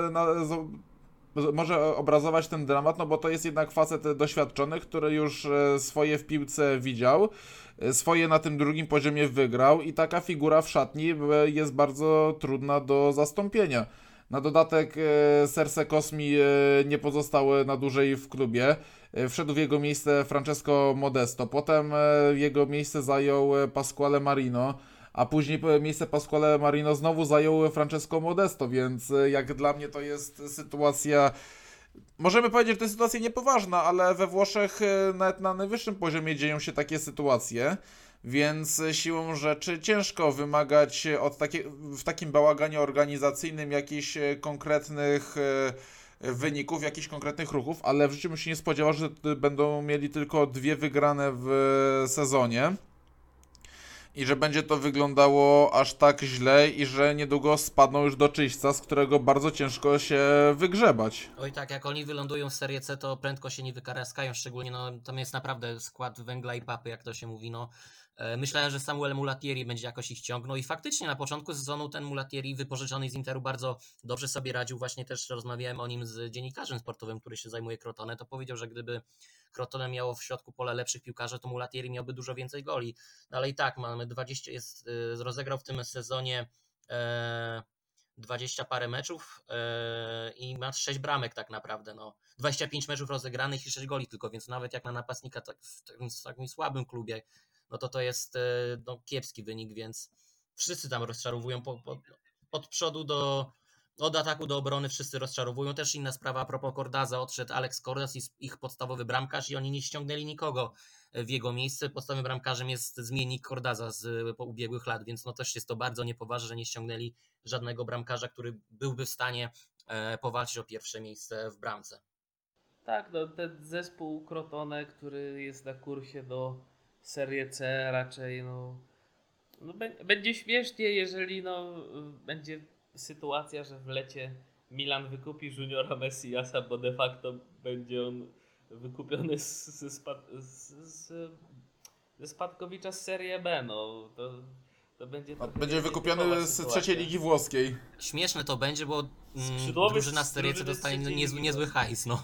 [SPEAKER 2] może obrazować ten dramat, no bo to jest jednak facet doświadczony, który już swoje w piłce widział, swoje na tym drugim poziomie wygrał i taka figura w szatni jest bardzo trudna do zastąpienia. Na dodatek Serse Cosmi nie pozostał na dłużej w klubie. Wszedł w jego miejsce Francesco Modesto. Potem jego miejsce zajął Pasquale Marino, a później miejsce Pasquale Marino znowu zajął Francesco Modesto, więc jak dla mnie to jest sytuacja... Możemy powiedzieć, że to jest sytuacja niepoważna, ale we Włoszech nawet na najwyższym poziomie dzieją się takie sytuacje, więc siłą rzeczy ciężko wymagać w takim bałaganie organizacyjnym jakichś konkretnych wyników, jakichś konkretnych ruchów, ale w życiu bym się nie spodziewał, że będą mieli tylko 2 wygrane w sezonie i że będzie to wyglądało aż tak źle i że niedługo spadną już do czyśćca, z którego bardzo ciężko się wygrzebać.
[SPEAKER 1] Oj tak, jak oni wylądują w Serie C, to prędko się nie wykaraskają, szczególnie no, tam jest naprawdę skład węgla i papy, jak to się mówi, no. Myślałem, że Samuel Mulatieri będzie jakoś ich ciągnął i faktycznie na początku sezonu ten Mulatieri wypożyczony z Interu bardzo dobrze sobie radził. Właśnie też rozmawiałem o nim z dziennikarzem sportowym, który się zajmuje Crotone, to powiedział, że gdyby Crotone miało w środku pola lepszych piłkarzy, to Mulatieri miałby dużo więcej goli. No ale i tak, mamy 20, rozegrał w tym sezonie 20 parę meczów i ma 6 bramek tak naprawdę. No. 25 meczów rozegranych i 6 goli tylko, więc nawet jak na napastnika w takim słabym klubie, no to jest no, kiepski wynik, więc wszyscy tam rozczarowują od przodu od ataku do obrony wszyscy rozczarowują. Też inna sprawa, a propos Cordasa, odszedł Alex Cordas i ich podstawowy bramkarz i oni nie ściągnęli nikogo w jego miejsce. Podstawowym bramkarzem jest zmiennik Cordasa z ubiegłych lat, więc no też jest to bardzo niepoważne, że nie ściągnęli żadnego bramkarza, który byłby w stanie powalczyć o pierwsze miejsce w bramce.
[SPEAKER 3] Tak, no ten zespół Crotone, który jest na kursie do Serie C raczej, będzie śmiesznie, jeżeli będzie sytuacja, że w lecie Milan wykupi Juniora Messiasa, bo de facto będzie on wykupiony ze spadkowicza z Serie B, no to będzie
[SPEAKER 2] Będzie wykupiony
[SPEAKER 3] nietypowa
[SPEAKER 2] z
[SPEAKER 3] sytuacja.
[SPEAKER 2] trzeciej ligi włoskiej.
[SPEAKER 1] Śmieszne to będzie, bo
[SPEAKER 3] Skrzydłowy
[SPEAKER 1] drużyna
[SPEAKER 3] z
[SPEAKER 1] z Serie C
[SPEAKER 3] drużyny
[SPEAKER 1] dostanie
[SPEAKER 3] trzeciej ligi,
[SPEAKER 1] niezły hajs, no.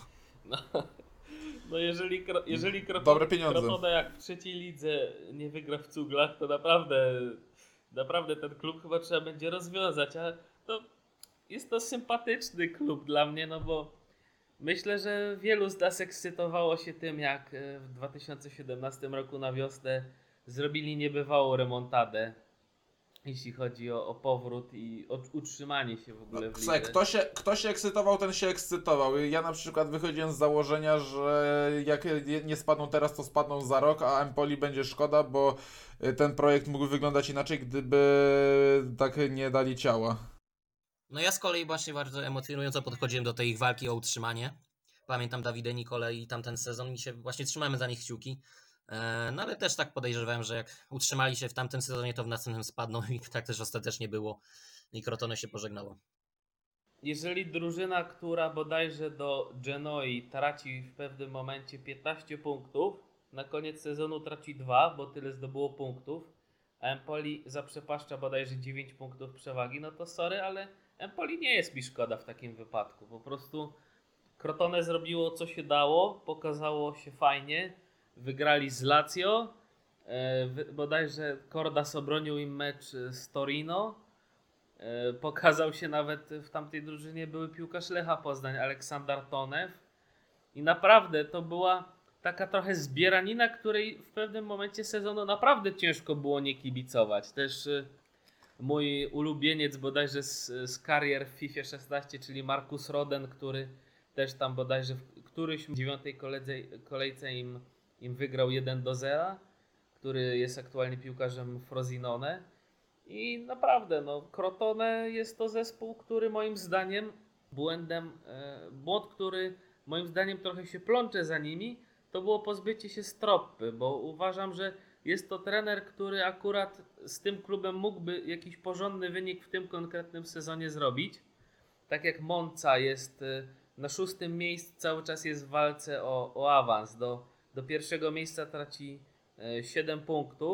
[SPEAKER 3] No jeżeli
[SPEAKER 2] Dobre pieniądze.
[SPEAKER 3] Crotone jak w trzeciej lidze nie wygra w cuglach, to naprawdę ten klub chyba trzeba będzie rozwiązać, a jest to sympatyczny klub dla mnie, no bo myślę, że wielu z nas ekscytowało się tym, jak w 2017 roku na wiosnę zrobili niebywałą remontadę, jeśli chodzi o powrót i o utrzymanie się w ogóle w lidze.
[SPEAKER 2] Kto się ekscytował, ten się ekscytował. Ja na przykład wychodziłem z założenia, że jak nie spadną teraz, to spadną za rok, a Empoli będzie szkoda, bo ten projekt mógł wyglądać inaczej, gdyby tak nie dali ciała.
[SPEAKER 1] No ja z kolei właśnie bardzo emocjonująco podchodziłem do tej ich walki o utrzymanie. Pamiętam Davide Nicole i tamten sezon i się właśnie trzymamy za nich kciuki. No ale też tak podejrzewałem, że jak utrzymali się w tamtym sezonie, to w następnym spadną i tak też ostatecznie było. I Crotone się pożegnało.
[SPEAKER 3] Jeżeli drużyna, która bodajże do Genoi traci w pewnym momencie 15 punktów, na koniec sezonu traci 2, bo tyle zdobyło punktów, a Empoli zaprzepaszcza bodajże 9 punktów przewagi, no to sorry, ale Empoli nie jest mi szkoda w takim wypadku. Po prostu Crotone zrobiło co się dało, pokazało się fajnie, wygrali z Lazio, bodajże Cordas obronił im mecz z Torino, pokazał się nawet w tamtej drużynie były piłkarz Lecha Poznań, Aleksander Tonew i naprawdę to była taka trochę zbieranina, której w pewnym momencie sezonu naprawdę ciężko było nie kibicować. Też mój ulubieniec bodajże z karier w FIFA 16, czyli Markus Roden, który też tam bodajże w którymś 9. kolejce im wygrał 1-0, który jest aktualnie piłkarzem Frosinone. I naprawdę, Crotone jest to zespół, który moim zdaniem błąd, który moim zdaniem trochę się plącze za nimi, to było pozbycie się Stroppy, bo uważam, że jest to trener, który akurat z tym klubem mógłby jakiś porządny wynik w tym konkretnym sezonie zrobić. Tak jak Monza jest na 6. miejscu, cały czas jest w walce o awans. Do pierwszego miejsca traci 7 punktów.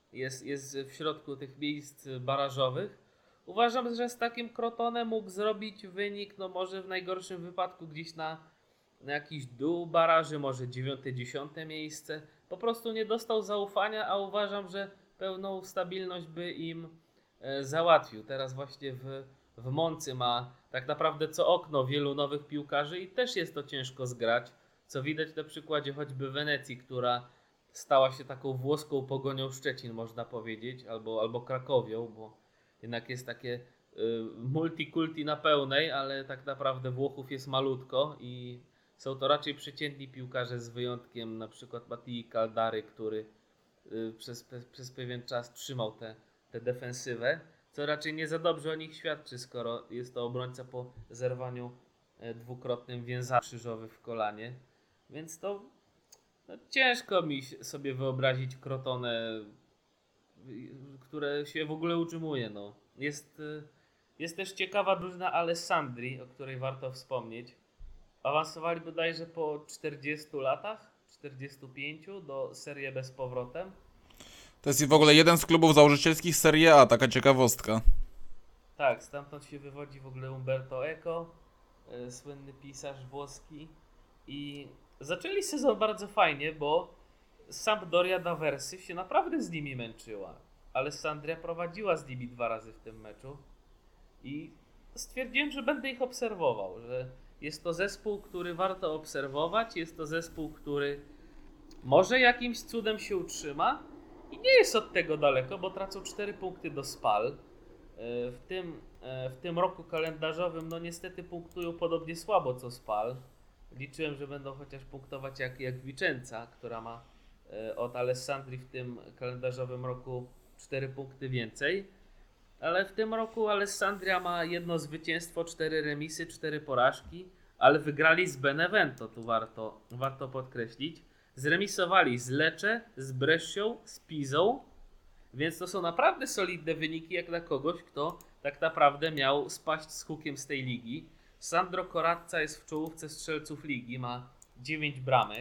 [SPEAKER 3] jest w środku tych miejsc barażowych. Uważam, że z takim Crotonem mógł zrobić wynik, no może w najgorszym wypadku gdzieś na jakiś dół baraży, może 9-10 miejsce. Po prostu nie dostał zaufania, a uważam, że pełną stabilność by im załatwił. Teraz właśnie w Moncy ma tak naprawdę co okno wielu nowych piłkarzy i też jest to ciężko zgrać, co widać na przykładzie choćby Wenecji, która stała się taką włoską Pogonią Szczecin, można powiedzieć, albo Krakowią, bo jednak jest takie multikulti na pełnej, ale tak naprawdę Włochów jest malutko i są to raczej przeciętni piłkarze z wyjątkiem na przykład Mattii Caldary, który przez pewien czas trzymał tę defensywę, co raczej nie za dobrze o nich świadczy, skoro jest to obrońca po zerwaniu dwukrotnym więzadłem krzyżowy w kolanie. Więc to ciężko mi sobie wyobrazić Crotone, które się w ogóle utrzymuje. No. Jest też ciekawa drużyna Alessandrii, o której warto wspomnieć. Awansowali bodajże po 40 latach, 45 do Serie B z powrotem.
[SPEAKER 2] To jest w ogóle jeden z klubów założycielskich Serie A, taka ciekawostka.
[SPEAKER 3] Tak, stamtąd się wywodzi w ogóle Umberto Eco, słynny pisarz włoski. I zaczęli sezon bardzo fajnie, bo Sampdoria d'Aversi się naprawdę z nimi męczyła. Alessandria prowadziła z nimi 2 razy w tym meczu. I stwierdziłem, że będę ich obserwował, że jest to zespół, który warto obserwować, jest to zespół, który może jakimś cudem się utrzyma i nie jest od tego daleko, bo tracą 4 punkty do Spal. W tym roku kalendarzowym no niestety punktują podobnie słabo co Spal. Liczyłem, że będą chociaż punktować jak Vicenza, która ma od Alessandrii w tym kalendarzowym roku 4 punkty więcej. Ale w tym roku Alessandria ma 1 zwycięstwo, 4 remisy, 4 porażki, ale wygrali z Benevento, tu warto podkreślić. Zremisowali z Lecce, z Brescią, z Pizą, więc to są naprawdę solidne wyniki jak dla kogoś, kto tak naprawdę miał spaść z hukiem z tej ligi. Sandro Corazza jest w czołówce strzelców ligi, ma 9 bramek.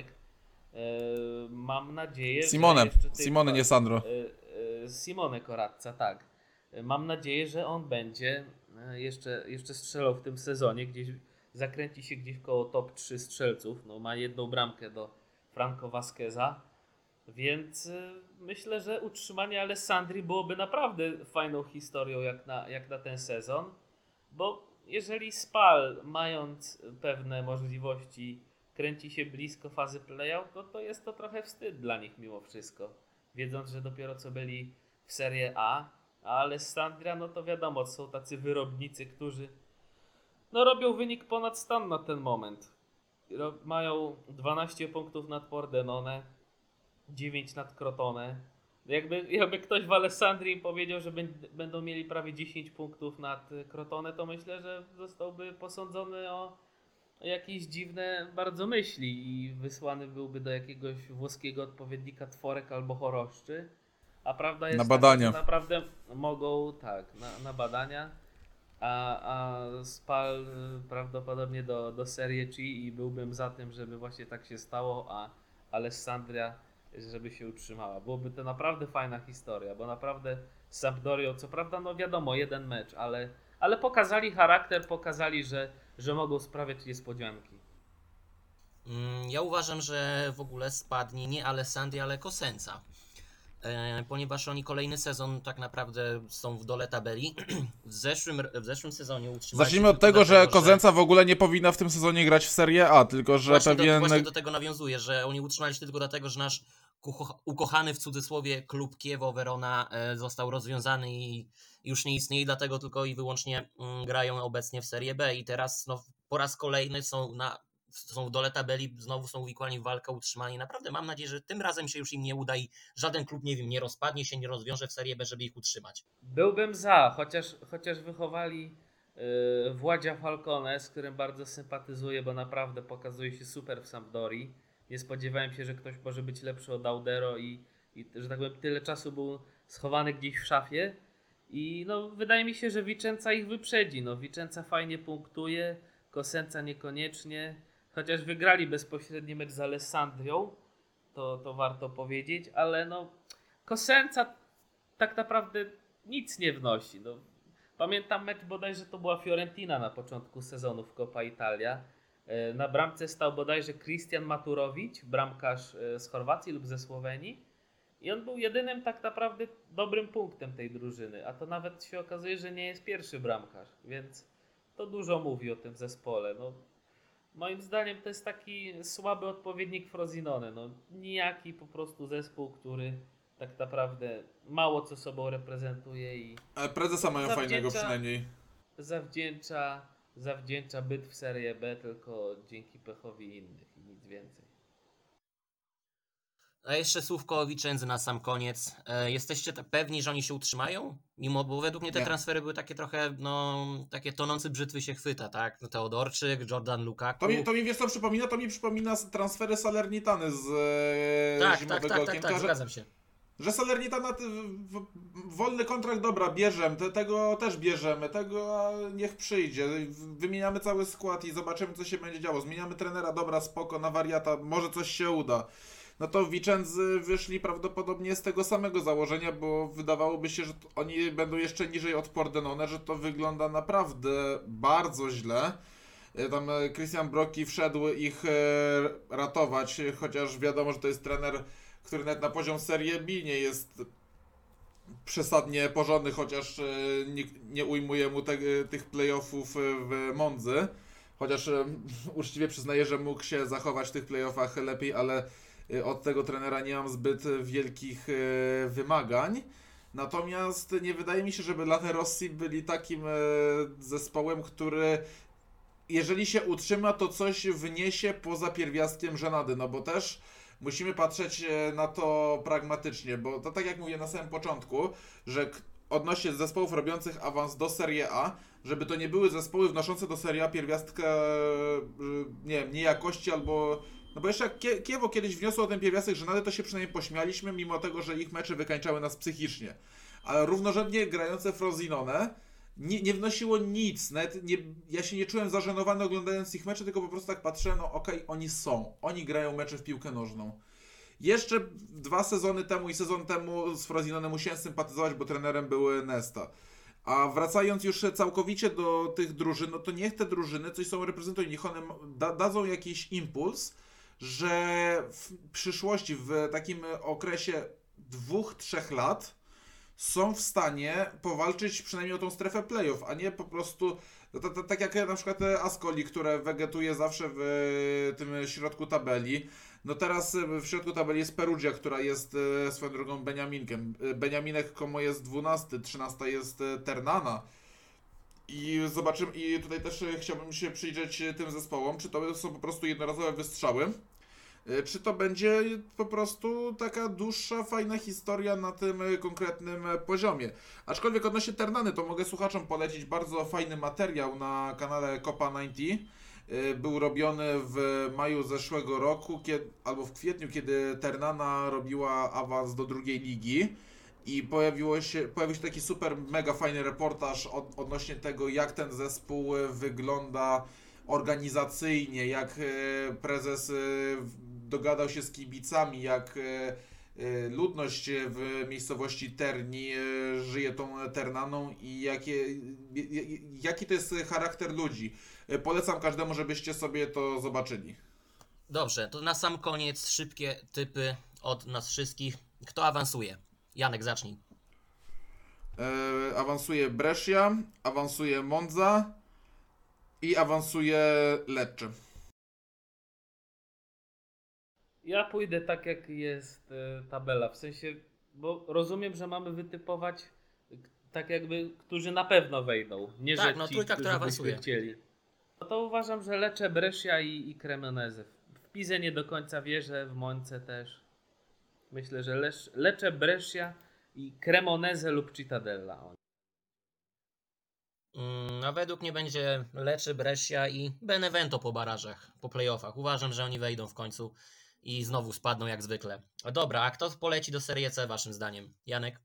[SPEAKER 3] Mam nadzieję,
[SPEAKER 2] Simone,
[SPEAKER 3] że jeszcze
[SPEAKER 2] Simone, nie Sandro.
[SPEAKER 3] Simone Corazza, tak. Mam nadzieję, że on będzie jeszcze strzelał w tym sezonie, gdzieś zakręci się gdzieś koło top 3 strzelców. No, ma 1 bramkę do Franco Vasqueza, więc myślę, że utrzymanie Alessandrii byłoby naprawdę fajną historią jak na ten sezon, bo jeżeli Spal, mając pewne możliwości, kręci się blisko fazy play-out, to jest to trochę wstyd dla nich mimo wszystko, wiedząc, że dopiero co byli w Serie A Alessandria, no to wiadomo, to są tacy wyrobnicy, którzy no robią wynik ponad stan na ten moment. Mają 12 punktów nad Pordenone, 9 nad Crotone. Jakby ktoś w Alessandrii im powiedział, że będą mieli prawie 10 punktów nad Crotone, to myślę, że zostałby posądzony o jakieś dziwne bardzo myśli i wysłany byłby do jakiegoś włoskiego odpowiednika Tworek albo Choroszczy. A prawda jest
[SPEAKER 2] Na badania.
[SPEAKER 3] taka, że naprawdę mogą, tak, na badania, a Spal prawdopodobnie do Serie C i byłbym za tym, żeby właśnie tak się stało, a Alessandria żeby się utrzymała. Byłoby to naprawdę fajna historia, bo naprawdę z Sampdorią, co prawda no wiadomo, 1 mecz, ale pokazali charakter, pokazali, że mogą sprawiać niespodzianki.
[SPEAKER 1] Ja uważam, że w ogóle spadnie nie Alessandria, ale Cosenza. Ponieważ oni kolejny sezon tak naprawdę są w dole tabeli. W zeszłym sezonie utrzymali
[SPEAKER 2] Zacznijmy
[SPEAKER 1] się
[SPEAKER 2] od
[SPEAKER 1] tylko
[SPEAKER 2] tego, że
[SPEAKER 1] dlatego,
[SPEAKER 2] Cosenza w ogóle nie powinna w tym sezonie grać w Serie A, tylko że
[SPEAKER 1] Właśnie do tego nawiązuję, że oni utrzymali się tylko dlatego, że nasz ukochany w cudzysłowie klub Chievo Verona został rozwiązany i już nie istnieje, dlatego tylko i wyłącznie grają obecnie w Serie B i teraz no, po raz kolejny są w dole tabeli, znowu są uwikłani w walkę o utrzymanie. Naprawdę mam nadzieję, że tym razem się już im nie uda i żaden klub, nie wiem, nie rozpadnie się, nie rozwiąże w Serie B, żeby ich utrzymać.
[SPEAKER 3] Byłbym za, chociaż wychowali Władzia Falcone, z którym bardzo sympatyzuję, bo naprawdę pokazuje się super w Sampdorii. Nie spodziewałem się, że ktoś może być lepszy od Audero i że tak powiem tyle czasu był schowany gdzieś w szafie. I no, wydaje mi się, że Vicenza ich wyprzedzi. No, Vicenza fajnie punktuje, Cosenza niekoniecznie. Chociaż wygrali bezpośredni mecz z Alessandrią, to warto powiedzieć, ale no Cosenza tak naprawdę nic nie wnosi. No, pamiętam mecz bodajże to była Fiorentina na początku sezonu w Coppa Italia. Na bramce stał bodajże Christian Maturowicz, bramkarz z Chorwacji lub ze Słowenii. I on był jedynym tak naprawdę dobrym punktem tej drużyny. A to nawet się okazuje, że nie jest pierwszy bramkarz. Więc to dużo mówi o tym zespole. No, moim zdaniem to jest taki słaby odpowiednik Frosinone. No, nijaki po prostu zespół, który tak naprawdę mało co sobą reprezentuje i
[SPEAKER 2] Ale prezesa mają fajnego przynajmniej.
[SPEAKER 3] zawdzięcza byt w Serie B tylko dzięki pechowi innych i nic więcej.
[SPEAKER 1] A jeszcze słówko o Vicenzze na sam koniec. Jesteście pewni, że oni się utrzymają? Bo według mnie te
[SPEAKER 2] Nie.
[SPEAKER 1] transfery były takie trochę, takie tonący brzytwy się chwyta, tak? Teodorczyk, Jordan Lukaku.
[SPEAKER 2] To mi wiesz co przypomina? To mi przypomina transfery Salernitany z zimowego
[SPEAKER 1] Tak,
[SPEAKER 2] okienka, że,
[SPEAKER 1] zgadzam się.
[SPEAKER 2] że Salernitana wolny kontrakt, dobra, bierzemy, tego też bierzemy, tego niech przyjdzie, wymieniamy cały skład i zobaczymy co się będzie działo, zmieniamy trenera, dobra, spoko, na wariata, może coś się uda. No to Vicenzy wyszli prawdopodobnie z tego samego założenia, bo wydawałoby się, że oni będą jeszcze niżej od Pordenone, że to wygląda naprawdę bardzo źle. Tam Christian Brocchi wszedł ich ratować, chociaż wiadomo, że to jest trener, który nawet na poziom Serie B nie jest przesadnie porządny, chociaż nie ujmuje mu tych playoffów w Mondzy. Chociaż uczciwie przyznaję, że mógł się zachować w tych playoffach lepiej, ale od tego trenera nie mam zbyt wielkich wymagań. Natomiast nie wydaje mi się, żeby Lanerossi byli takim zespołem, który jeżeli się utrzyma, to coś wniesie poza pierwiastkiem żenady, no bo też musimy patrzeć na to pragmatycznie, bo to tak jak mówię na samym początku, że odnośnie zespołów robiących awans do Serie A, żeby to nie były zespoły wnoszące do Serie A pierwiastka, nie wiem, niejakości albo... No bo jeszcze jak Kiewo kiedyś wniosło ten pierwiastek żenady, to się przynajmniej pośmialiśmy, mimo tego, że ich mecze wykańczały nas psychicznie. Ale równorzędnie grające Frosinone nie wnosiło nic, nawet ja się nie czułem zażenowany oglądając ich mecze, tylko po prostu tak patrzyłem, no okej, oni są, oni grają mecze w piłkę nożną. Jeszcze 2 sezony temu i sezon temu z Frosinonem musiałem sympatyzować, bo trenerem był Nesta. A wracając już całkowicie do tych drużyn, no to niech te drużyny coś są reprezentują, niech one dadzą jakiś impuls, że w przyszłości, w takim okresie 2-3 lat są w stanie powalczyć przynajmniej o tą strefę playoff, a nie po prostu tak jak na przykład Ascoli, które wegetuje zawsze w tym środku tabeli. No teraz w środku tabeli jest Perugia, która jest swoją drogą Beniaminkiem. Beniaminek Como jest 12, 13 jest Ternana. I zobaczymy, i tutaj też chciałbym się przyjrzeć tym zespołom, czy to są po prostu jednorazowe wystrzały, czy to będzie po prostu taka dłuższa, fajna historia na tym konkretnym poziomie. Aczkolwiek odnośnie Ternany, to mogę słuchaczom polecić bardzo fajny materiał na kanale Copa 90. Był robiony w maju zeszłego roku, albo w kwietniu, kiedy Ternana robiła awans do drugiej ligi. I pojawił się taki super, mega fajny reportaż odnośnie tego, jak ten zespół wygląda organizacyjnie, jak prezes dogadał się z kibicami, jak ludność w miejscowości Terni żyje tą Ternaną i jaki to jest charakter ludzi. Polecam każdemu, żebyście sobie to zobaczyli.
[SPEAKER 1] Dobrze, to na sam koniec szybkie typy od nas wszystkich. Kto awansuje? Janek, zacznij.
[SPEAKER 2] Awansuje Brescia, awansuje Monza i awansuje Lecce.
[SPEAKER 3] Ja pójdę tak jak jest tabela, w sensie, bo rozumiem, że mamy wytypować tak jakby, którzy na pewno wejdą, nie
[SPEAKER 1] Tak,
[SPEAKER 3] że
[SPEAKER 1] no
[SPEAKER 3] ci,
[SPEAKER 1] trójka, która
[SPEAKER 3] którzy
[SPEAKER 1] awansuje.
[SPEAKER 3] byśmy chcieli. No to uważam, że Lecce, Brescia i Cremonese. W Pizie nie do końca wierzę, w Monce też. Myślę, że Lecce, Brescia i Cremonese lub Cittadella.
[SPEAKER 1] A według mnie będzie Lecce, Brescia i Benevento po barażach, po playoffach. Uważam, że oni wejdą w końcu i znowu spadną jak zwykle. Dobra, a kto poleci do Serie C waszym zdaniem? Janek?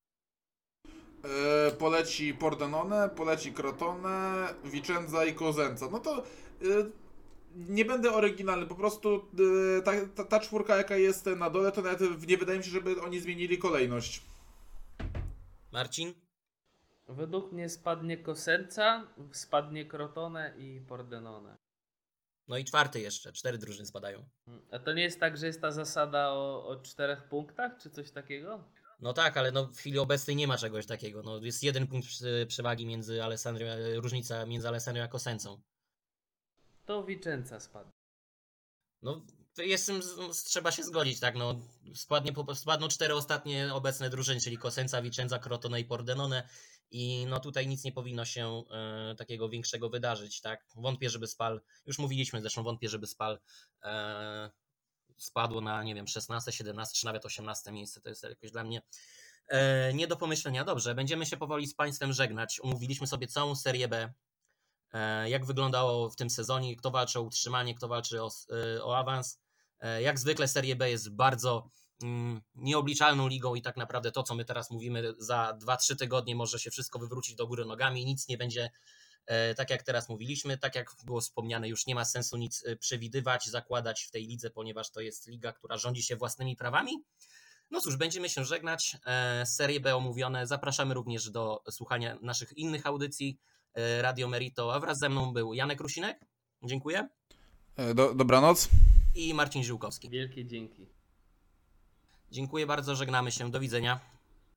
[SPEAKER 2] Poleci Pordenone, poleci Crotone, Vicenza i Cosenza. No to nie będę oryginalny, po prostu ta czwórka jaka jest na dole, to nawet nie wydaje mi się, żeby oni zmienili kolejność.
[SPEAKER 1] Marcin?
[SPEAKER 3] Według mnie spadnie Cosenza, spadnie Crotone i Pordenone.
[SPEAKER 1] No i czwarty jeszcze, 4 drużyny spadają.
[SPEAKER 3] A to nie jest tak, że jest ta zasada o 4 punktach, czy coś takiego?
[SPEAKER 1] No tak, ale no w chwili obecnej nie ma czegoś takiego. No jest 1 punkt przewagi między różnica między Alessandrią a Cosencą.
[SPEAKER 3] To Vicenza spadnie.
[SPEAKER 1] No trzeba się zgodzić, tak, no spadną 4 ostatnie obecne drużyny, czyli Cosenza, Vicenza, Crotone i Pordenone i no tutaj nic nie powinno się takiego większego wydarzyć, tak. Wątpię, żeby Spal, już mówiliśmy zresztą, wątpię, żeby Spal spadło na, nie wiem, 16, 17 czy nawet 18 miejsce, to jest jakoś dla mnie nie do pomyślenia. Dobrze, będziemy się powoli z Państwem żegnać, omówiliśmy sobie całą Serię B, jak wyglądało w tym sezonie, kto walczy o utrzymanie, kto walczy o awans. Jak zwykle Serie B jest bardzo nieobliczalną ligą i tak naprawdę to, co my teraz mówimy, za 2-3 tygodnie może się wszystko wywrócić do góry nogami, nic nie będzie tak jak teraz mówiliśmy, tak jak było wspomniane, już nie ma sensu nic przewidywać, zakładać w tej lidze, ponieważ to jest liga, która rządzi się własnymi prawami. No cóż, będziemy się żegnać. Serie B omówione. Zapraszamy również do słuchania naszych innych audycji Radio Merito, a wraz ze mną był Janek Rusinek. Dziękuję.
[SPEAKER 2] Dobranoc.
[SPEAKER 1] I Marcin Ziółkowski.
[SPEAKER 3] Wielkie dzięki.
[SPEAKER 1] Dziękuję bardzo, żegnamy się. Do widzenia.